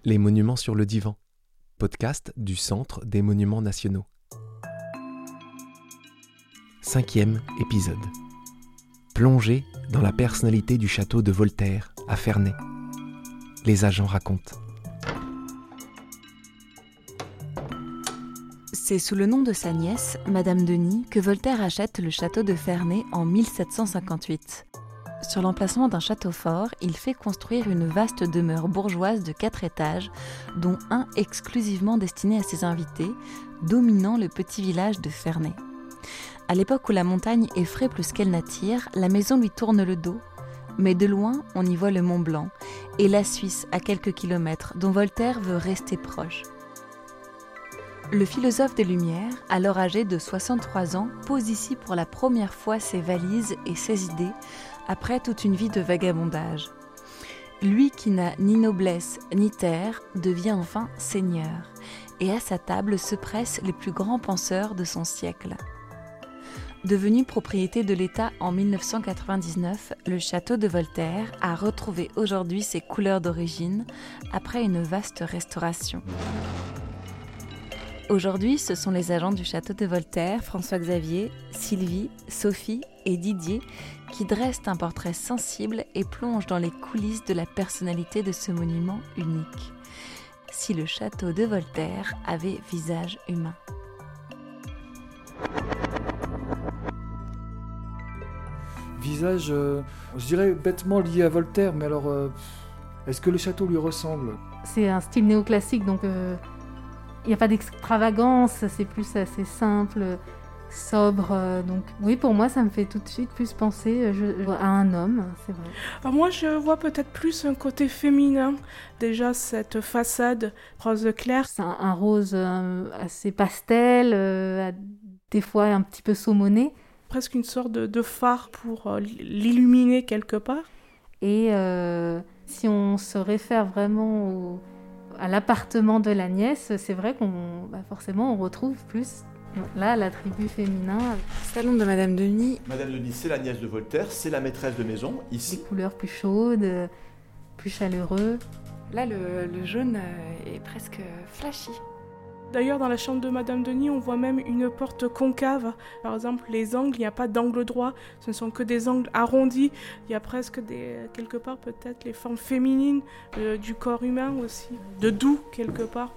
Les monuments sur le divan, podcast du Centre des monuments nationaux. 5e épisode. Plongée dans la personnalité du château de Voltaire à Ferney. Les agents racontent. C'est sous le nom de sa nièce, Madame Denis, que Voltaire achète le château de Ferney en 1758. Sur l'emplacement d'un château fort, il fait construire une vaste demeure bourgeoise de 4 étages, dont un exclusivement destiné à ses invités, dominant le petit village de Ferney. À l'époque où la montagne effraie plus qu'elle n'attire, la maison lui tourne le dos, mais de loin, on y voit le Mont Blanc et la Suisse à quelques kilomètres, dont Voltaire veut rester proche. Le philosophe des Lumières, alors âgé de 63 ans, pose ici pour la première fois ses valises et ses idées, après toute une vie de vagabondage. Lui qui n'a ni noblesse ni terre devient enfin seigneur, et à sa table se pressent les plus grands penseurs de son siècle. Devenu propriété de l'État en 1999, le château de Voltaire a retrouvé aujourd'hui ses couleurs d'origine après une vaste restauration. Aujourd'hui, ce sont les agents du château de Voltaire, François-Xavier, Sylvie, Sophie et Didier, qui dressent un portrait sensible et plongent dans les coulisses de la personnalité de ce monument unique. Si le château de Voltaire avait visage humain. Visage, je dirais bêtement lié à Voltaire, mais alors, est-ce que le château lui ressemble ? C'est un style néoclassique, donc il n'y a pas d'extravagance, c'est plus assez simple, sobre. Donc oui, pour moi, ça me fait tout de suite plus penser à un homme, c'est vrai. Alors moi, je vois peut-être plus un côté féminin. Déjà, cette façade rose clair. C'est un rose assez pastel, des fois un petit peu saumonné. Presque une sorte de phare pour l'illuminer quelque part. Et si on se réfère vraiment à l'appartement de la nièce, c'est vrai qu'on forcément on retrouve plus là l'attribut féminin. Salon de Madame Denis. Madame Denis, c'est la nièce de Voltaire, c'est la maîtresse de maison, ici. Des couleurs plus chaudes, plus chaleureux. Là, le jaune est presque flashy. D'ailleurs, dans la chambre de Madame Denis, on voit même une porte concave. Par exemple, les angles, il n'y a pas d'angle droit, ce ne sont que des angles arrondis. Il y a presque quelque part peut-être les formes féminines du corps humain aussi, de doux quelque part.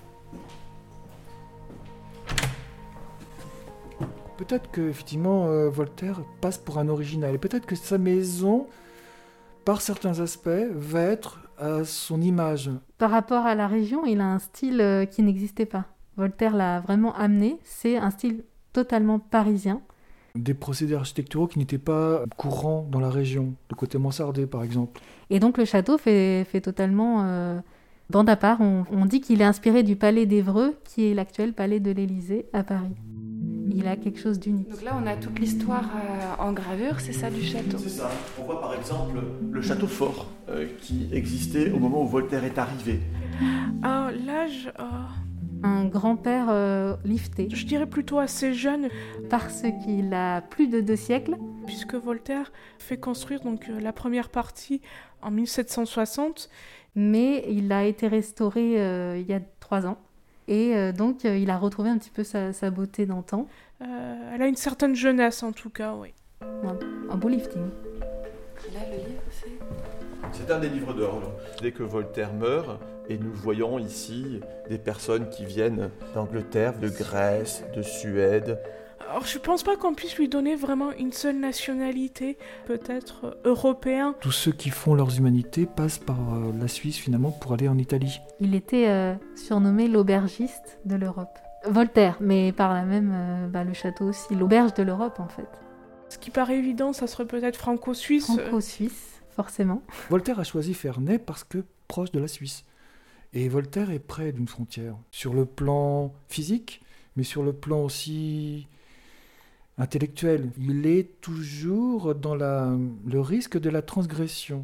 Peut-être que effectivement Voltaire passe pour un original, et peut-être que sa maison, par certains aspects, va être à son image. Par rapport à la région, il a un style qui n'existait pas. Voltaire l'a vraiment amené, c'est un style totalement parisien. Des procédés architecturaux qui n'étaient pas courants dans la région, le côté mansardé par exemple. Et donc le château fait totalement bande à part. On dit qu'il est inspiré du palais d'Évreux, qui est l'actuel palais de l'Élysée à Paris. Il a quelque chose d'unique. Donc là, on a toute l'histoire en gravure, c'est ça, du château. C'est ça. On voit par exemple le château fort qui existait au moment où Voltaire est arrivé. Ah, l'âge... Un grand-père lifté. Je dirais plutôt assez jeune. Parce qu'il a plus de 2 siècles. Puisque Voltaire fait construire donc, la première partie en 1760. Mais il a été restauré il y a 3 ans. Et donc, il a retrouvé un petit peu sa beauté d'antan. Elle a une certaine jeunesse, en tout cas, oui. Un beau lifting. Là, le livre, C'est un des livres d'or. Dès que Voltaire meurt, et nous voyons ici des personnes qui viennent d'Angleterre, de Grèce, de Suède. Alors, je pense pas qu'on puisse lui donner vraiment une seule nationalité, peut-être européen. Tous ceux qui font leurs humanités passent par la Suisse finalement pour aller en Italie. Il était surnommé l'aubergiste de l'Europe. Voltaire, mais par là même le château aussi, l'auberge de l'Europe en fait. Ce qui paraît évident, ça serait peut-être franco-suisse. Franco-suisse, forcément. Voltaire a choisi Ferney parce que proche de la Suisse. Et Voltaire est près d'une frontière, sur le plan physique, mais sur le plan aussi intellectuel. Il est toujours dans le risque de la transgression.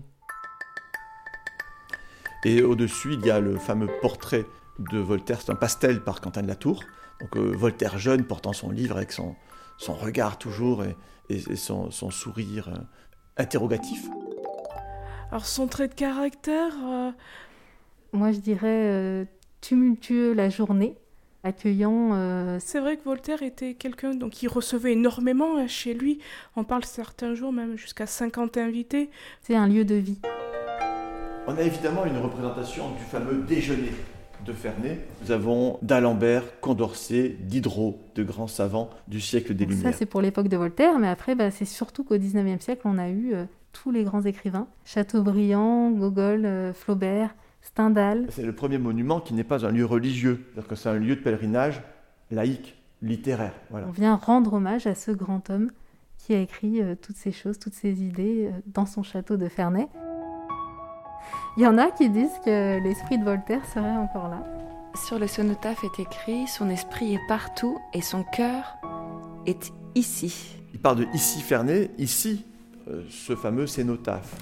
Et au-dessus, il y a le fameux portrait de Voltaire, c'est un pastel par Quentin de la Tour. Donc Voltaire jeune portant son livre avec son regard toujours et son sourire interrogatif. Alors son trait de caractère, Moi, je dirais tumultueux la journée, accueillant. C'est vrai que Voltaire était quelqu'un donc, qui recevait énormément chez lui. On parle certains jours même jusqu'à 50 invités. C'est un lieu de vie. On a évidemment une représentation du fameux déjeuner de Ferney. Nous avons d'Alembert, Condorcet, Diderot, de grands savants du siècle des Lumières. Ça, c'est pour l'époque de Voltaire, mais après, c'est surtout qu'au XIXe siècle, on a eu tous les grands écrivains. Chateaubriand, Gogol, Flaubert, Stendhal. C'est le premier monument qui n'est pas un lieu religieux, c'est-à-dire que c'est un lieu de pèlerinage laïque, littéraire. Voilà. On vient rendre hommage à ce grand homme qui a écrit toutes ces choses, toutes ces idées dans son château de Ferney. Il y en a qui disent que l'esprit de Voltaire serait encore là. Sur le cénotaphe est écrit « Son esprit est partout et son cœur est ici ». Il parle de ici Ferney, ici ce fameux cénotaphe.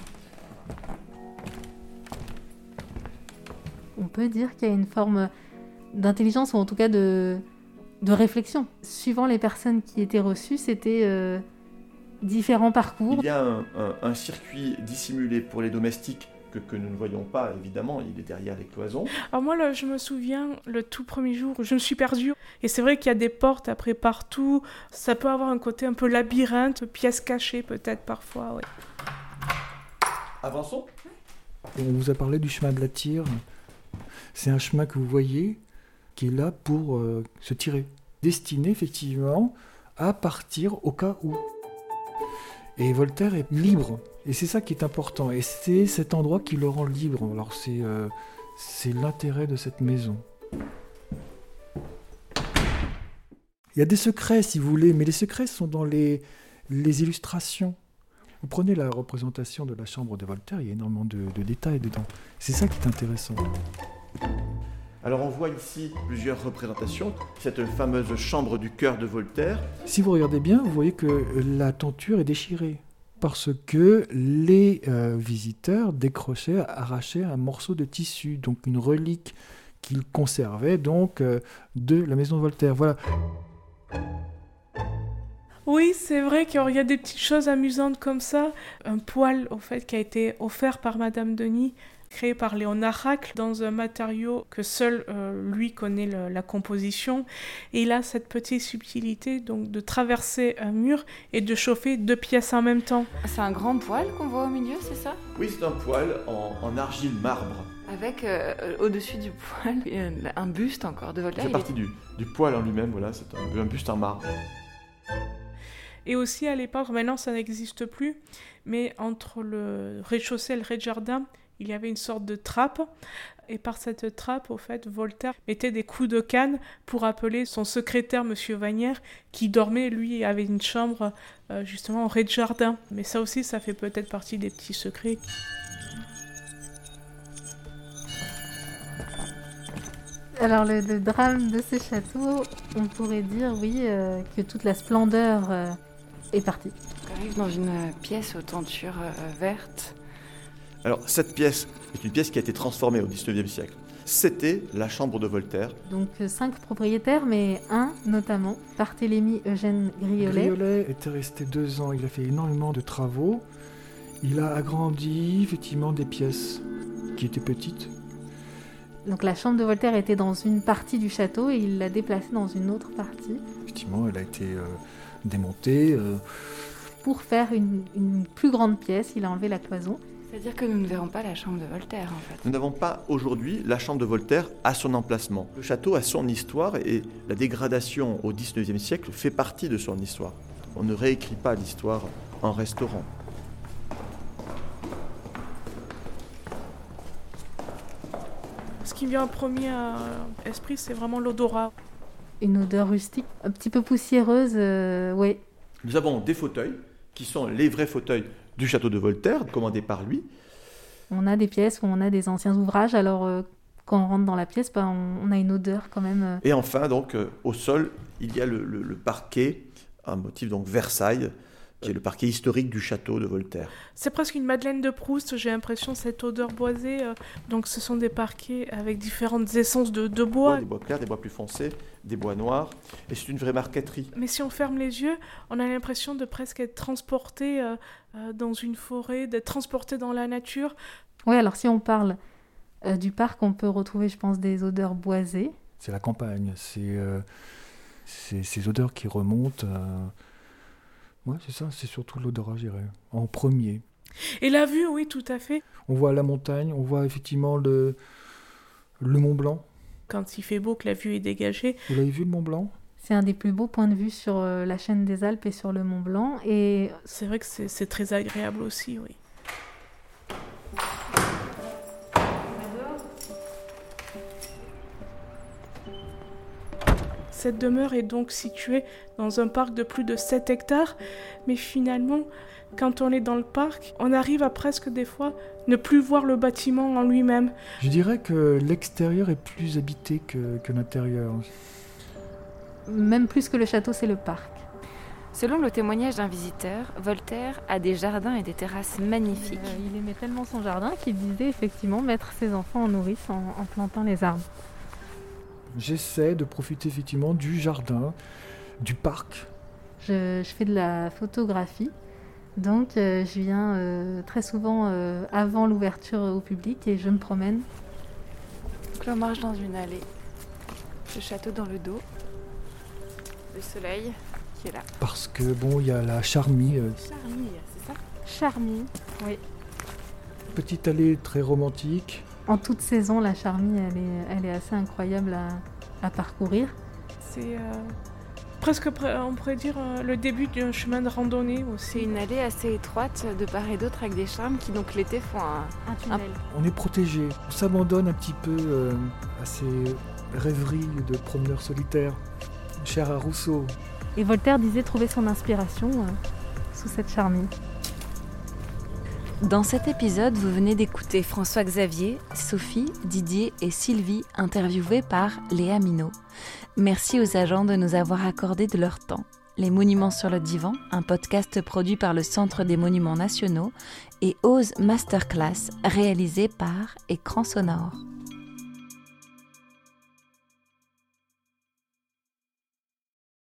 On peut dire qu'il y a une forme d'intelligence ou en tout cas de réflexion. Suivant les personnes qui étaient reçues, c'était différents parcours. Il y a un circuit dissimulé pour les domestiques que nous ne voyons pas, évidemment, il est derrière les cloisons. Alors moi, là, je me souviens, le tout premier jour, je me suis perdue. Et c'est vrai qu'il y a des portes après partout. Ça peut avoir un côté un peu labyrinthe, pièces cachées peut-être parfois. Ouais. Avançons. On vous a parlé du chemin de la tire. C'est un chemin que vous voyez qui est là pour se tirer. Destiné effectivement à partir au cas où. Et Voltaire est libre. Et c'est ça qui est important. Et c'est cet endroit qui le rend libre. Alors c'est l'intérêt de cette maison. Il y a des secrets, si vous voulez, mais les secrets sont dans les illustrations. Vous prenez la représentation de la chambre de Voltaire, il y a énormément de détails dedans. C'est ça qui est intéressant. Alors on voit ici plusieurs représentations, cette fameuse chambre du cœur de Voltaire. Si vous regardez bien, vous voyez que la tenture est déchirée. Parce que les visiteurs décrochaient, arrachaient un morceau de tissu, donc une relique qu'ils conservaient donc, de la maison de Voltaire. Voilà. Oui, c'est vrai qu'il y a des petites choses amusantes comme ça. Un poêle, au fait, qui a été offert par Madame Denis, créé par Léonard Racle, dans un matériau que seul lui connaît la composition. Et il a cette petite subtilité donc, de traverser un mur et de chauffer 2 pièces en même temps. C'est un grand poêle qu'on voit au milieu, c'est ça ? Oui, c'est un poêle en argile marbre. Avec au-dessus du poêle un buste encore de Voltaire. Ça fait partie du poêle en lui-même, voilà, c'est un buste en marbre. Et aussi à l'époque, maintenant ça n'existe plus, mais entre le rez-de-chaussée et le rez-de-jardin, il y avait une sorte de trappe, et par cette trappe, au fait, Voltaire mettait des coups de canne pour appeler son secrétaire, Monsieur Vanière, qui dormait, lui, avait une chambre justement au rez-de-jardin. Mais ça aussi, ça fait peut-être partie des petits secrets. Alors le drame de ce château, on pourrait dire, oui, que toute la splendeur est partie. On arrive dans une pièce aux tentures vertes. Alors, cette pièce est une pièce qui a été transformée au XIXe siècle. C'était la chambre de Voltaire. Donc 5 propriétaires, mais un notamment, Barthélemy Eugène Griolet. Griolet était resté 2 ans, il a fait énormément de travaux. Il a agrandi effectivement des pièces qui étaient petites. Donc la chambre de Voltaire était dans une partie du château et il l'a déplacée dans une autre partie. Effectivement, elle a été démontée. Pour faire une plus grande pièce, il a enlevé la cloison. C'est-à-dire que nous ne verrons pas la chambre de Voltaire, en fait. Nous n'avons pas aujourd'hui la chambre de Voltaire à son emplacement. Le château a son histoire et la dégradation au XIXe siècle fait partie de son histoire. On ne réécrit pas l'histoire en restaurant. Ce qui me vient en premier à l'esprit, c'est vraiment l'odorat. Une odeur rustique, un petit peu poussiéreuse, oui. Nous avons des fauteuils qui sont les vrais fauteuils du château de Voltaire, commandés par lui. On a des pièces où on a des anciens ouvrages, alors quand on rentre dans la pièce, on a une odeur quand même. Et enfin, donc, au sol, il y a le parquet, un motif donc Versailles, qui est le parquet historique du château de Voltaire. C'est presque une Madeleine de Proust, j'ai l'impression, cette odeur boisée. Donc ce sont des parquets avec différentes essences de bois. Des bois clairs, des bois plus foncés, des bois noirs. Et c'est une vraie marqueterie. Mais si on ferme les yeux, on a l'impression de presque être transporté dans une forêt, d'être transporté dans la nature. Oui, alors si on parle Du parc, on peut retrouver, je pense, des odeurs boisées. C'est la campagne, c'est ces odeurs qui remontent. Ouais, c'est ça, c'est surtout l'odorat, je dirais, en premier. Et la vue, oui, tout à fait. On voit la montagne, on voit effectivement le Mont Blanc. Quand il fait beau, que la vue est dégagée. Vous l'avez vu, le Mont Blanc ? C'est un des plus beaux points de vue sur la chaîne des Alpes et sur le Mont Blanc. Et c'est vrai que c'est très agréable aussi, oui. Cette demeure est donc située dans un parc de plus de 7 hectares, mais finalement, quand on est dans le parc, on arrive à presque des fois ne plus voir le bâtiment en lui-même. Je dirais que l'extérieur est plus habité que l'intérieur. Même plus que le château, c'est le parc. Selon le témoignage d'un visiteur, Voltaire a des jardins et des terrasses magnifiques. Il aimait tellement son jardin qu'il disait effectivement mettre ses enfants en nourrice en plantant les arbres. J'essaie de profiter effectivement du jardin, du parc. Je fais de la photographie, donc je viens très souvent avant l'ouverture au public et je me promène. Donc là on marche dans une allée, le château dans le dos, le soleil qui est là. Parce que bon, il y a la Charmille. Charmille, c'est ça ? Charmille, oui. Petite allée très romantique. En toute saison, la Charmille, elle est assez incroyable à parcourir. C'est presque, on pourrait dire, le début d'un chemin de randonnée aussi. C'est une allée assez étroite de part et d'autre avec des charmes qui donc l'été font un tunnel. On est protégé, on s'abandonne un petit peu à ces rêveries de promeneurs solitaires, chères à Rousseau. Et Voltaire disait trouver son inspiration sous cette Charmille. Dans cet épisode, vous venez d'écouter François-Xavier, Sophie, Didier et Sylvie, interviewés par Léa Minot. Merci aux agents de nous avoir accordé de leur temps. Les Monuments sur le divan, un podcast produit par le Centre des Monuments Nationaux, et Ose Masterclass, réalisé par Écran Sonore.